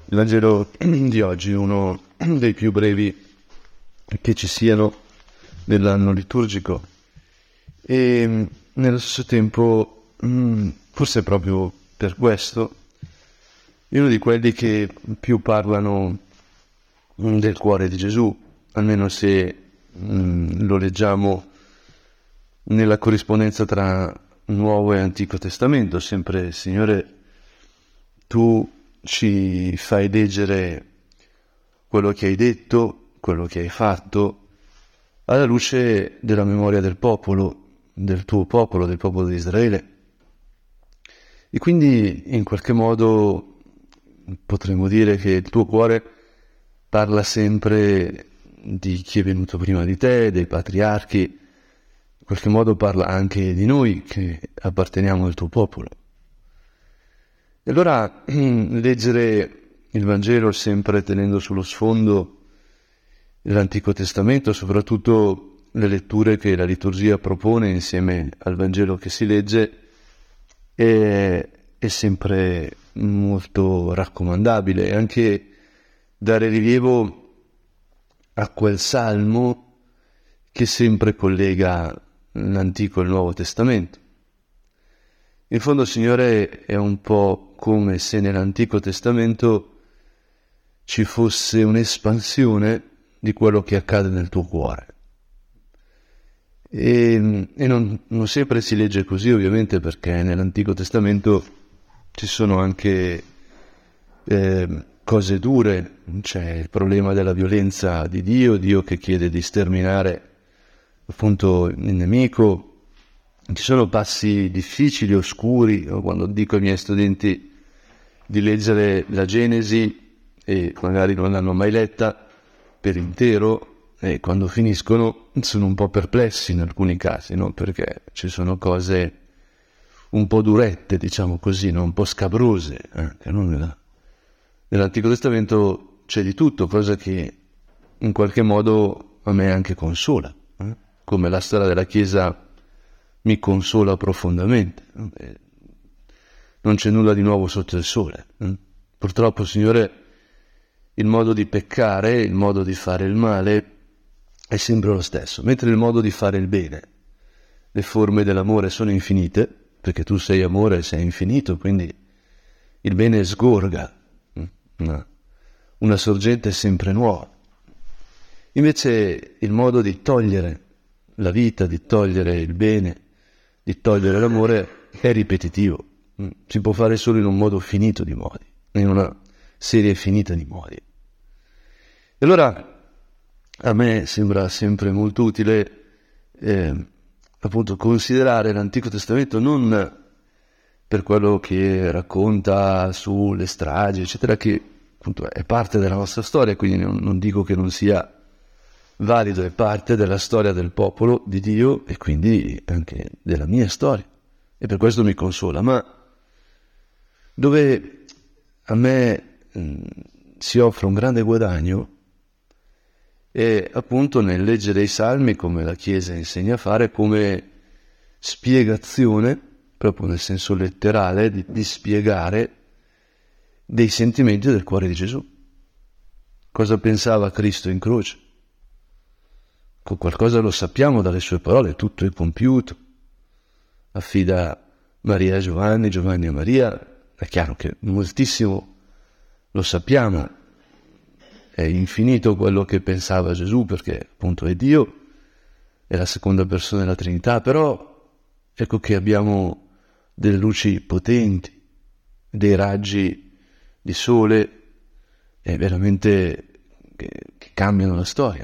Il Vangelo di oggi è uno dei più brevi che ci siano nell'anno liturgico e nello stesso tempo, forse proprio per questo, è uno di quelli che più parlano del cuore di Gesù, almeno se lo leggiamo nella corrispondenza tra Nuovo e Antico Testamento. Sempre, Signore, tu ci fai leggere quello che hai detto, quello che hai fatto, alla luce della memoria del popolo, del tuo popolo, del popolo di Israele. E quindi in qualche modo potremmo dire che il tuo cuore parla sempre di chi è venuto prima di te, dei patriarchi, in qualche modo parla anche di noi che apparteniamo al tuo popolo. E allora leggere il Vangelo sempre tenendo sullo sfondo l'Antico Testamento, soprattutto le letture che la liturgia propone insieme al Vangelo che si legge, è sempre molto raccomandabile, e anche dare rilievo a quel salmo che sempre collega l'Antico e il Nuovo Testamento. In fondo, Signore, è un po' come se nell'Antico Testamento ci fosse un'espansione di quello che accade nel tuo cuore. E non sempre si legge così, ovviamente, perché nell'Antico Testamento ci sono anche cose dure. C'è il problema della violenza di Dio che chiede di sterminare appunto il nemico. Ci sono passi difficili, oscuri. Quando dico ai miei studenti di leggere la Genesi e magari non l'hanno mai letta per intero, e quando finiscono sono un po' perplessi in alcuni casi, no? Perché ci sono cose un po' durette, diciamo così, no? Un po' scabrose, che nell'Antico Testamento c'è di tutto, cosa che in qualche modo a me anche consola, come la storia della Chiesa mi consola profondamente. Non c'è nulla di nuovo sotto il sole. Purtroppo, Signore, il modo di peccare, il modo di fare il male è sempre lo stesso, mentre il modo di fare il bene, le forme dell'amore sono infinite, perché tu sei amore e sei infinito, quindi il bene sgorga, una sorgente sempre nuova. Invece il modo di togliere la vita, di togliere il bene, di togliere l'amore è ripetitivo. Si può fare solo in un modo finito di modi, in una serie finita di modi. E allora a me sembra sempre molto utile appunto considerare l'Antico Testamento non per quello che racconta sulle stragi, eccetera, che appunto è parte della nostra storia, quindi non dico che non sia valido, è parte della storia del popolo di Dio e quindi anche della mia storia, e per questo mi consola, ma dove a me si offre un grande guadagno è appunto nel leggere i salmi, come la Chiesa insegna a fare, come spiegazione, proprio nel senso letterale, di spiegare dei sentimenti del cuore di Gesù. Cosa pensava Cristo in croce? Qualcosa lo sappiamo dalle sue parole, tutto è compiuto. Affida Maria a Giovanni, Giovanni a Maria. È chiaro che moltissimo lo sappiamo, è infinito quello che pensava Gesù, perché appunto è Dio, è la seconda persona della Trinità, però ecco che abbiamo delle luci potenti, dei raggi di sole veramente che cambiano la storia.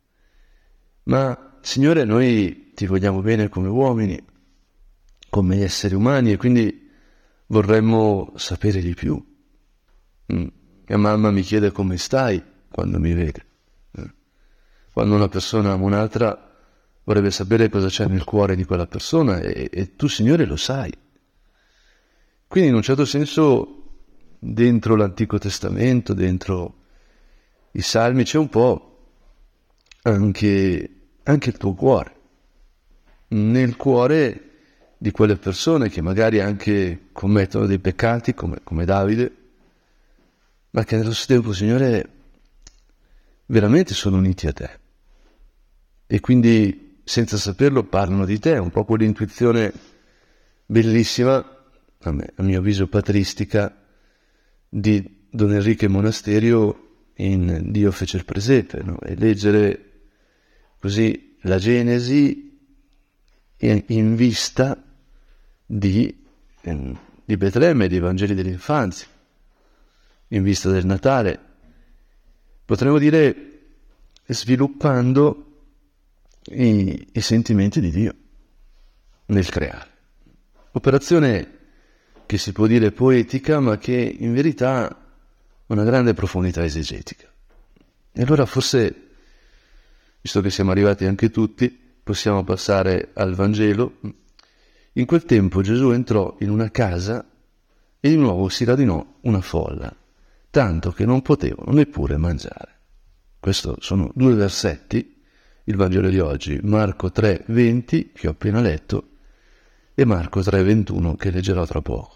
Ma Signore, noi ti vogliamo bene come uomini, come esseri umani, e quindi vorremmo sapere di più. Mia mamma mi chiede come stai quando mi vede. Quando una persona ama un'altra vorrebbe sapere cosa c'è nel cuore di quella persona, e tu, Signore, lo sai. Quindi in un certo senso dentro l'Antico Testamento, dentro i Salmi, c'è un po' anche il tuo cuore, nel cuore di quelle persone che magari anche commettono dei peccati come Davide, ma che nello stesso tempo, Signore, veramente sono uniti a te. E quindi, senza saperlo, parlano di te, un po' quell'intuizione bellissima, a mio avviso patristica, di Don Enrique Monasterio in Dio fece il presepe, no? E leggere così la Genesi in vista di Betlemme, dei Vangeli dell'infanzia, in vista del Natale, potremmo dire sviluppando i sentimenti di Dio nel creare. Operazione che si può dire poetica, ma che in verità ha una grande profondità esegetica. E allora forse, visto che siamo arrivati anche tutti, possiamo passare al Vangelo. In quel tempo Gesù entrò in una casa e di nuovo si radunò una folla, tanto che non potevano neppure mangiare. Questi sono 2 versetti, il Vangelo di oggi, Marco 3,20, che ho appena letto, e Marco 3,21, che leggerò tra poco.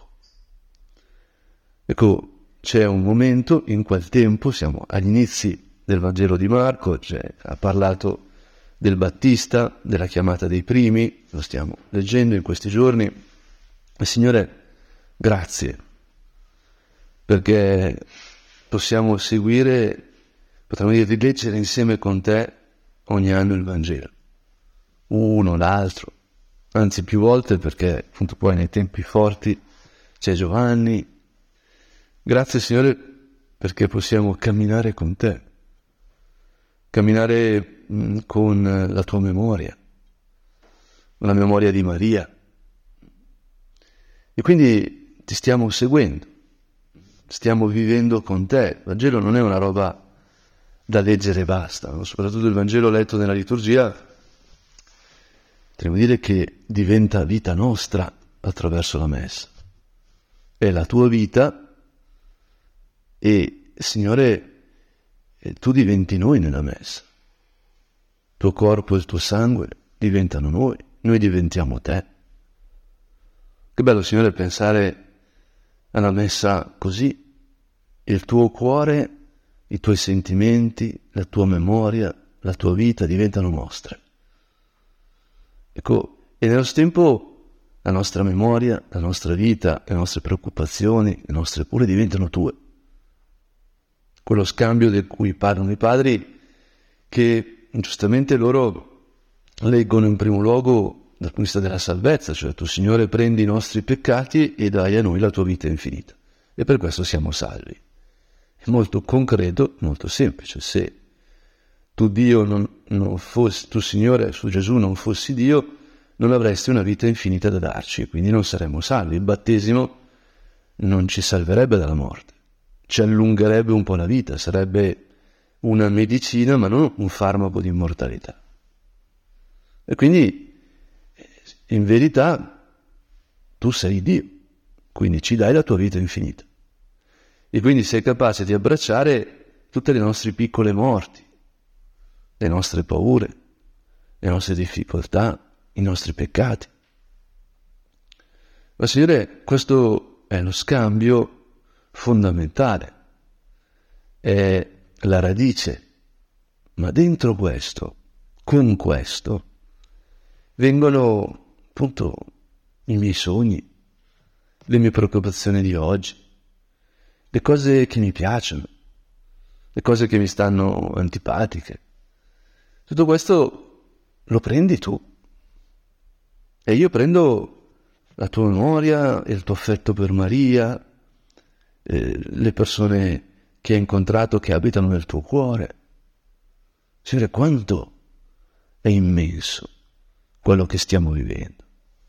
Ecco, c'è un momento, in quel tempo, siamo agli inizi del Vangelo di Marco, ha parlato del Battista, della chiamata dei primi, lo stiamo leggendo in questi giorni. E Signore, grazie, perché possiamo seguire, potremmo dire, di leggere insieme con te ogni anno il Vangelo, uno, l'altro, anzi più volte, perché appunto poi nei tempi forti c'è Giovanni. Grazie Signore perché possiamo camminare con te, camminare con la tua memoria, la memoria di Maria. E quindi ti stiamo seguendo, stiamo vivendo con te. Il Vangelo non è una roba da leggere e basta, no? Soprattutto il Vangelo letto nella liturgia, potremmo dire che diventa vita nostra attraverso la Messa. È la tua vita e, Signore, tu diventi noi nella Messa. Il tuo corpo e il tuo sangue diventano noi diventiamo te. Che bello, Signore, pensare alla Messa così. Il tuo cuore, i tuoi sentimenti, la tua memoria, la tua vita diventano nostre. Ecco, e nello stesso tempo la nostra memoria, la nostra vita, le nostre preoccupazioni, le nostre cure diventano tue. Quello scambio di cui parlano i padri, che giustamente loro leggono in primo luogo dal punto di vista della salvezza, cioè tu Signore prendi i nostri peccati e dai a noi la tua vita infinita. E per questo siamo salvi. È molto concreto, molto semplice. Se tu Dio non fossi, tu Signore su Gesù non fossi Dio, non avresti una vita infinita da darci, quindi non saremmo salvi. Il battesimo non ci salverebbe dalla morte, ci allungherebbe un po' la vita, sarebbe una medicina ma non un farmaco di immortalità. E quindi in verità tu sei Dio, quindi ci dai la tua vita infinita. E quindi sei capace di abbracciare tutte le nostre piccole morti, le nostre paure, le nostre difficoltà, i nostri peccati. Ma Signore, questo è lo scambio fondamentale, è la radice, ma dentro questo, con questo, vengono appunto i miei sogni, le mie preoccupazioni di oggi, le cose che mi piacciono, le cose che mi stanno antipatiche. Tutto questo lo prendi tu. E io prendo la tua memoria e il tuo affetto per Maria, le persone che hai incontrato che abitano nel tuo cuore. Signore, quanto è immenso quello che stiamo vivendo.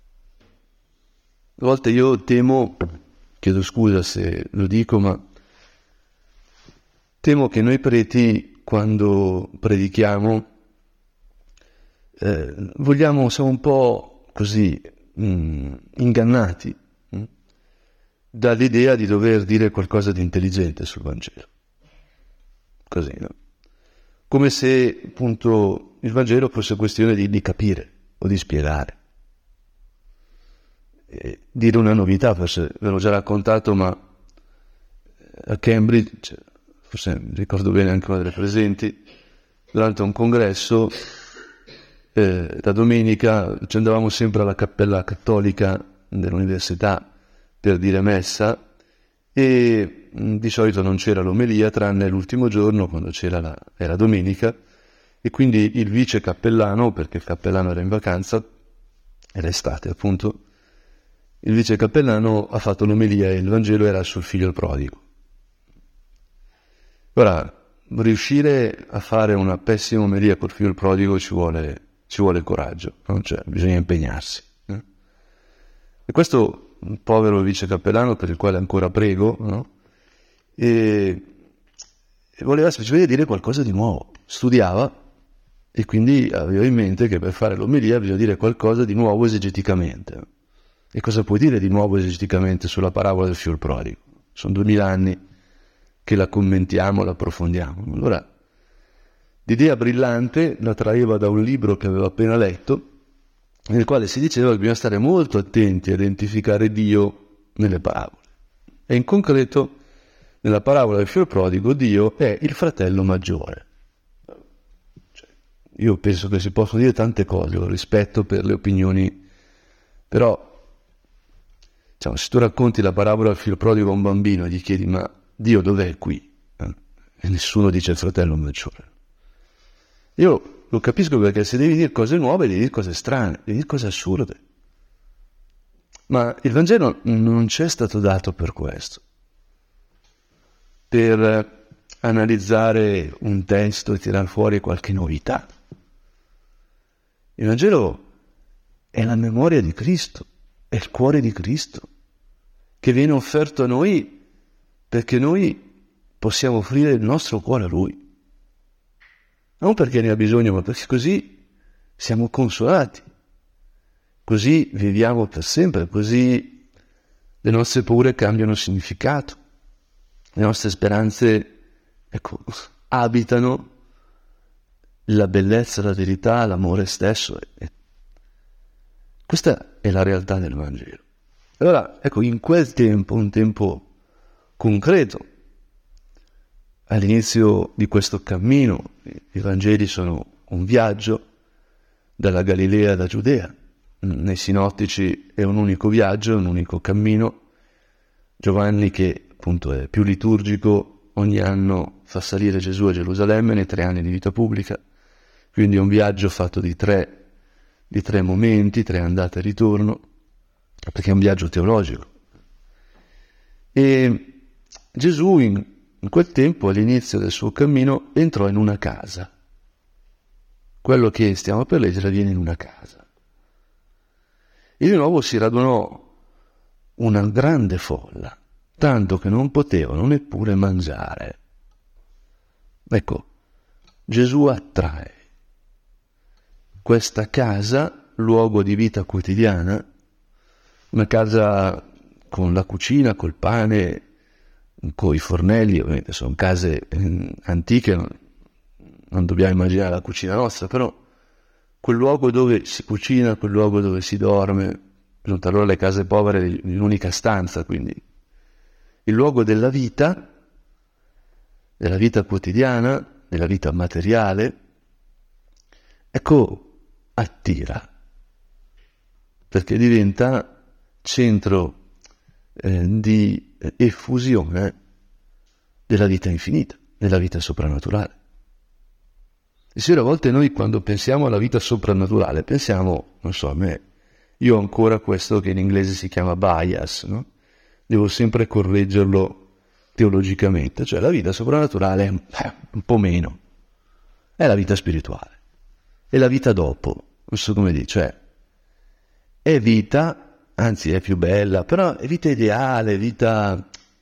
A volte io temo, chiedo scusa se lo dico, ma temo che noi preti, quando predichiamo, siamo un po' così ingannati dall'idea di dover dire qualcosa di intelligente sul Vangelo. Così, no? Come se appunto il Vangelo fosse questione di capire o di spiegare. Dire una novità, forse ve l'ho già raccontato, ma a Cambridge, forse ricordo bene anche una delle presenti, durante un congresso, la domenica ci andavamo sempre alla cappella cattolica dell'università per dire messa, e di solito non c'era l'omelia tranne l'ultimo giorno quando era domenica, e quindi il vice cappellano, perché il cappellano era in vacanza, era estate appunto, il vice cappellano ha fatto l'omelia e il Vangelo era sul figlio prodigo. Ora, riuscire a fare una pessima omelia col figlio prodigo ci vuole coraggio, no? Cioè, bisogna impegnarsi. E questo un povero vice cappellano, per il quale ancora prego, no? E voleva semplicemente dire qualcosa di nuovo. Studiava e quindi aveva in mente che per fare l'omelia bisogna dire qualcosa di nuovo esegeticamente. E cosa puoi dire di nuovo esegeticamente sulla parabola del figlio prodigo? Sono 2000 anni che la commentiamo, la approfondiamo. Allora, l'idea brillante la traeva da un libro che avevo appena letto, nel quale si diceva che bisogna stare molto attenti a identificare Dio nelle parabole. E in concreto, nella parabola del figlio prodigo, Dio è il fratello maggiore. Cioè, io penso che si possono dire tante cose, lo rispetto per le opinioni, però, diciamo, se tu racconti la parabola del figlio prodigo a un bambino e gli chiedi, ma Dio dov'è qui? E nessuno dice il fratello maggiore. Io lo capisco, perché se devi dire cose nuove, devi dire cose strane, devi dire cose assurde. Ma il Vangelo non ci è stato dato per questo. Per analizzare un testo e tirar fuori qualche novità. Il Vangelo è la memoria di Cristo, è il cuore di Cristo, che viene offerto a noi perché noi possiamo offrire il nostro cuore a Lui. Non perché ne ha bisogno, ma perché così siamo consolati, così viviamo per sempre, così le nostre paure cambiano significato, le nostre speranze, abitano la bellezza, la verità, l'amore stesso. Questa è la realtà del Vangelo. Allora, in quel tempo, un tempo concreto, all'inizio di questo cammino, i Vangeli sono un viaggio dalla Galilea alla Giudea. Nei sinottici è un unico viaggio, un unico cammino. Giovanni, che appunto è più liturgico, ogni anno fa salire Gesù a Gerusalemme nei 3 anni di vita pubblica, quindi è un viaggio fatto di tre momenti, 3 andate e ritorno, perché è un viaggio teologico. E Gesù in quel tempo, all'inizio del suo cammino, entrò in una casa. Quello che stiamo per leggere avviene in una casa. E di nuovo si radunò una grande folla, tanto che non potevano neppure mangiare. Gesù attrae questa casa, luogo di vita quotidiana, una casa con la cucina, col pane, con i fornelli. Ovviamente sono case antiche, non dobbiamo immaginare la cucina nostra, però quel luogo dove si cucina, quel luogo dove si dorme, allora le case povere in un'unica stanza, quindi il luogo della vita quotidiana, della vita materiale, attira, perché diventa centro di effusione della vita infinita, della vita soprannaturale. E se a volte noi, quando pensiamo alla vita soprannaturale, pensiamo, io ho ancora questo che in inglese si chiama bias, no? Devo sempre correggerlo teologicamente, cioè la vita soprannaturale è un po' meno, è la vita spirituale, è la vita dopo, non so come dire, cioè è vita, anzi è più bella, però è vita ideale, è vita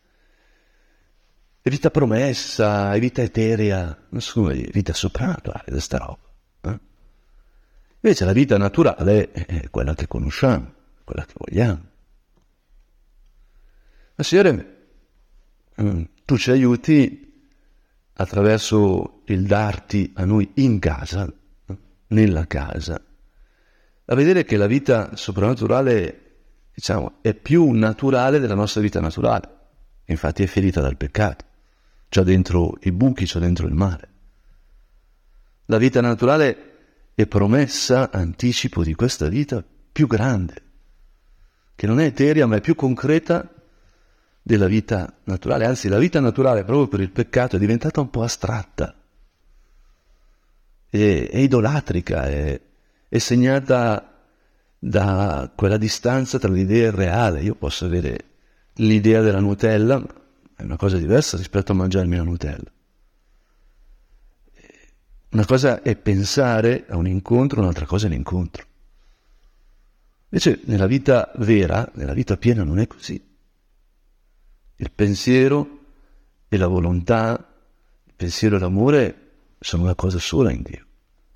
promessa, è vita eterea, non so come dire, vita soprannaturale, questa roba. Invece la vita naturale è quella che conosciamo, quella che vogliamo. Ma Signore, tu ci aiuti attraverso il darti a noi in casa, nella casa, a vedere che la vita soprannaturale, è più naturale della nostra vita naturale. infatti è ferita dal peccato, c'ha dentro i buchi, c'ha dentro il male. La vita naturale è promessa, anticipo di questa vita più grande, che non è eterea ma è più concreta della vita naturale. Anzi, la vita naturale proprio per il peccato è diventata un po' astratta, è idolatrica, è segnata da quella distanza tra l'idea e il reale. Io posso avere l'idea della Nutella, ma è una cosa diversa rispetto a mangiarmi la Nutella. Una cosa è pensare a un incontro, un'altra cosa è l'incontro. Invece nella vita vera, nella vita piena non è così. Il pensiero e la volontà, il pensiero e l'amore sono una cosa sola in Dio.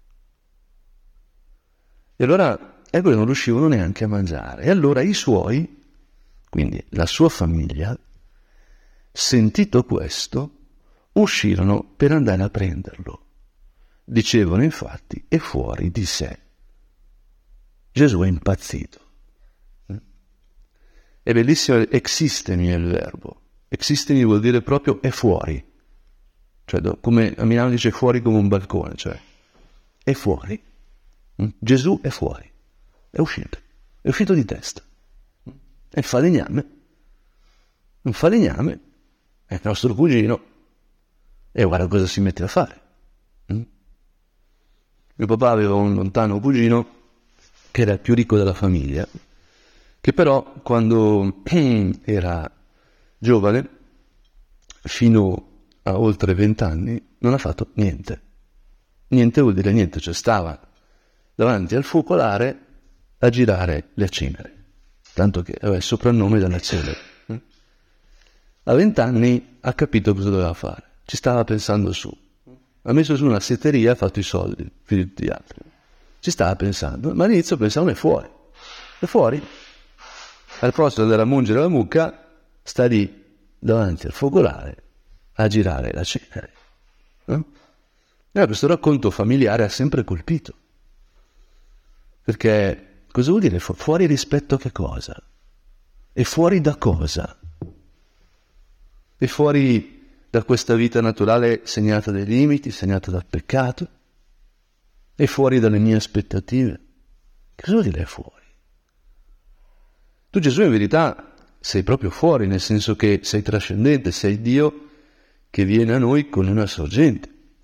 E allora ecco che non riuscivano neanche a mangiare. E allora i suoi, quindi la sua famiglia, sentito questo, uscirono per andare a prenderlo. Dicevano infatti, è fuori di sé. Gesù è impazzito. È bellissimo, existemi è il verbo. Existemi vuol dire proprio è fuori. Cioè, come a Milano dice fuori come un balcone, cioè è fuori. Gesù è fuori. È uscito di testa. È un falegname. Un falegname è il nostro cugino. E guarda cosa si mette a fare. Mio papà aveva un lontano cugino che era il più ricco della famiglia, che però quando era giovane, fino a oltre 20 anni, non ha fatto niente. Niente vuol dire niente, cioè stava davanti al focolare a girare le ceneri, tanto che aveva il soprannome della cenere. A 20 anni ha capito cosa doveva fare, ci stava pensando su. Ha messo su una setteria, ha fatto i soldi, più di tutti gli altri. Ci stava pensando, ma all'inizio pensavano è fuori. Al posto della mungere la mucca, sta lì davanti al focolare a girare la cenere. E questo racconto familiare ha sempre colpito. Perché cosa vuol dire fuori rispetto a che cosa? E fuori da cosa? E fuori da questa vita naturale segnata dai limiti, segnata dal peccato, e fuori dalle mie aspettative. Cosa vuol dire fuori? Tu, Gesù, in verità sei proprio fuori, nel senso che sei trascendente, sei Dio che viene a noi con una sorgente.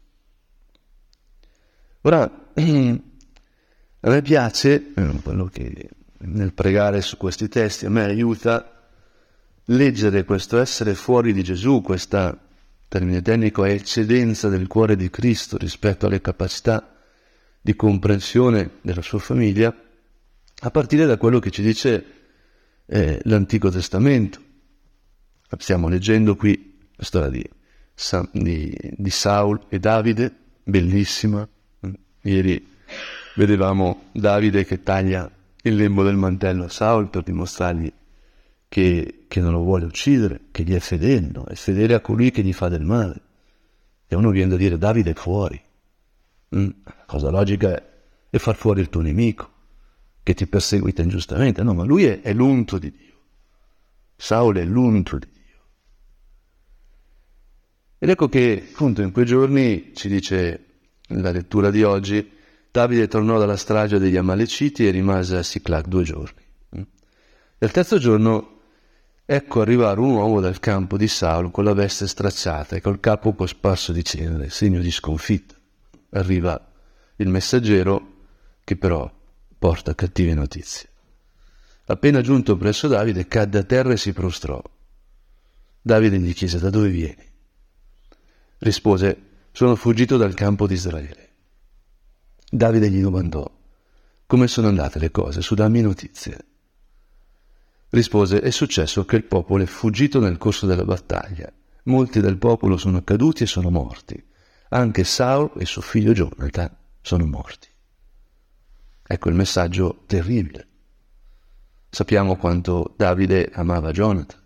Ora, a me piace, quello che nel pregare su questi testi a me aiuta, leggere questo essere fuori di Gesù, questa, termine tecnico, è eccedenza del cuore di Cristo rispetto alle capacità di comprensione della sua famiglia, a partire da quello che ci dice l'Antico Testamento. Stiamo leggendo qui la storia di Saul e Davide, bellissima. Ieri vedevamo Davide che taglia il lembo del mantello a Saul per dimostrargli che non lo vuole uccidere, che gli è fedele, no? È fedele a colui che gli fa del male. E uno viene da dire Davide è fuori. La cosa logica è far fuori il tuo nemico, che ti perseguita ingiustamente. No, ma lui è l'unto di Dio. Saul è l'unto di Dio. Ed ecco che, appunto, in quei giorni, ci dice la lettura di oggi, Davide tornò dalla strage degli Amaleciti e rimase a Siclag 2 giorni. E al terzo giorno ecco arrivare un uomo dal campo di Saul con la veste stracciata e col capo cosparso di cenere, segno di sconfitta. Arriva il messaggero che però porta cattive notizie. Appena giunto presso Davide, cadde a terra e si prostrò. Davide gli chiese: da dove vieni? Rispose: sono fuggito dal campo di Israele. Davide gli domandò: come sono andate le cose? Su, dammi notizie. Rispose: è successo che il popolo è fuggito nel corso della battaglia. Molti del popolo sono caduti e sono morti. Anche Saul e suo figlio Jonathan sono morti. Ecco il messaggio terribile. Sappiamo quanto Davide amava Jonathan.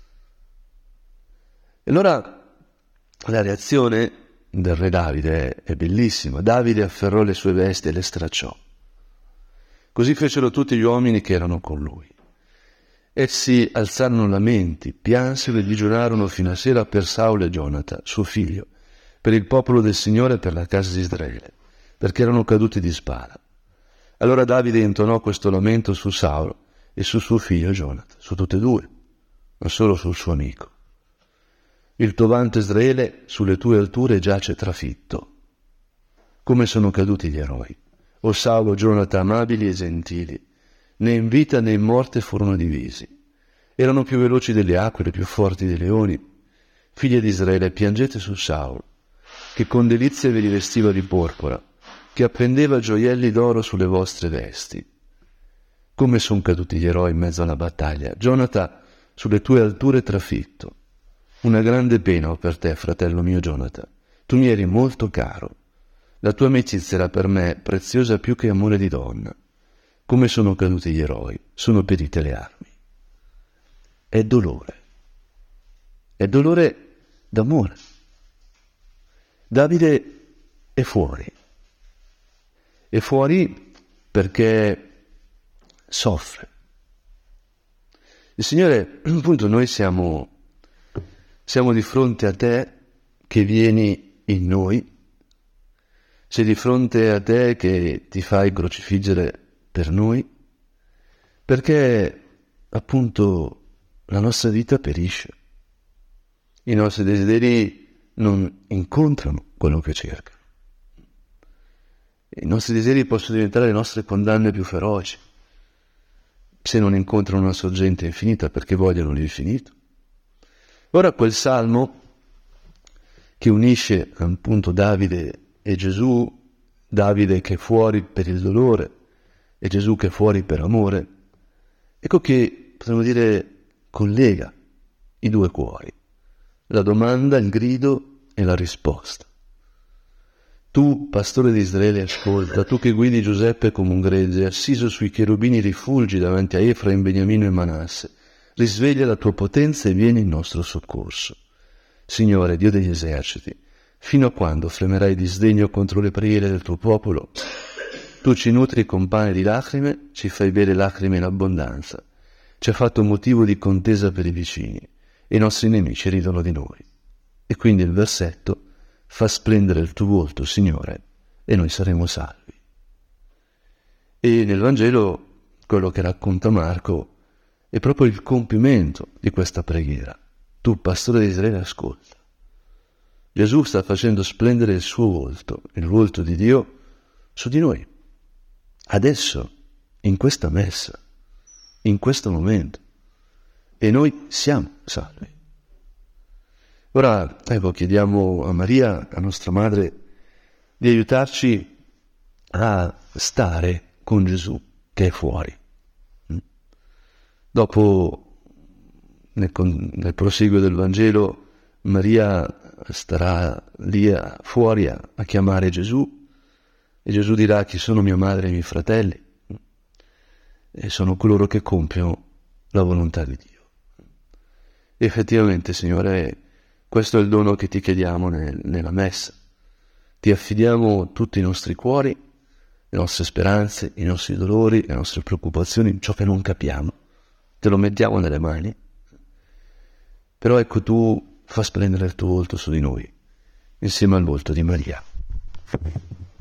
E allora la reazione del re Davide è bellissima. Davide afferrò le sue vesti e le stracciò. Così fecero tutti gli uomini che erano con lui. Essi alzarono lamenti, piansero e digiunarono fino a sera per Saulo e Gionata, suo figlio, per il popolo del Signore e per la casa di Israele, perché erano caduti di spada. Allora Davide intonò questo lamento su Saulo e su suo figlio Gionata, su tutte e due, non solo sul suo amico. Il tuo vanto Israele sulle tue alture giace trafitto. Come sono caduti gli eroi, o Saulo e Gionata amabili e gentili, né in vita né in morte furono divisi. Erano più veloci delle aquile, più forti dei leoni. Figli di Israele, piangete su Saulo, che con delizia vi rivestiva di porpora, che appendeva gioielli d'oro sulle vostre vesti. Come son caduti gli eroi in mezzo alla battaglia. Gionata, sulle tue alture trafitto. Una grande pena ho per te, fratello mio Gionata. Tu mi eri molto caro. La tua amicizia era per me preziosa più che amore di donna. Come sono caduti gli eroi, sono perite le armi. È dolore d'amore. Davide è fuori perché soffre. Il Signore, appunto, noi siamo di fronte a te che vieni in noi, sei di fronte a te che ti fai crocifiggere per noi, perché appunto la nostra vita perisce, i nostri desideri non incontrano quello che cercano, i nostri desideri possono diventare le nostre condanne più feroci, se non incontrano una sorgente infinita perché vogliono l'infinito. Ora quel salmo che unisce appunto Davide e Gesù, Davide che è fuori per il dolore e Gesù che è fuori per amore, ecco che potremmo dire collega i due cuori, la domanda, il grido e la risposta. Tu, pastore di Israele, ascolta, tu che guidi Giuseppe come un gregge, assiso sui cherubini rifulgi davanti a Efraim, Beniamino e Manasse, risveglia la tua potenza e vieni in nostro soccorso. Signore, Dio degli eserciti, fino a quando fremerai di sdegno contro le preghiere del tuo popolo? Tu ci nutri con pane di lacrime, ci fai bere lacrime in abbondanza, ci hai fatto motivo di contesa per i vicini, e i nostri nemici ridono di noi. E quindi il versetto: fa splendere il tuo volto, Signore, e noi saremo salvi. E nel Vangelo, quello che racconta Marco, è proprio il compimento di questa preghiera. Tu, pastore di Israele, ascolta. Gesù sta facendo splendere il suo volto, il volto di Dio, su di noi. Adesso, in questa messa, in questo momento. E noi siamo salvi. Ora, chiediamo a Maria, a nostra madre, di aiutarci a stare con Gesù, che è fuori. Dopo, nel proseguo del Vangelo, Maria starà lì fuori a chiamare Gesù, e Gesù dirà: chi sono mia madre e i miei fratelli? E sono coloro che compiono la volontà di Dio. E effettivamente, Signore, questo è il dono che ti chiediamo nella messa. Ti affidiamo tutti i nostri cuori, le nostre speranze, i nostri dolori, le nostre preoccupazioni, ciò che non capiamo. Te lo mettiamo nelle mani. Però ecco, tu fa splendere il tuo volto su di noi, insieme al volto di Maria.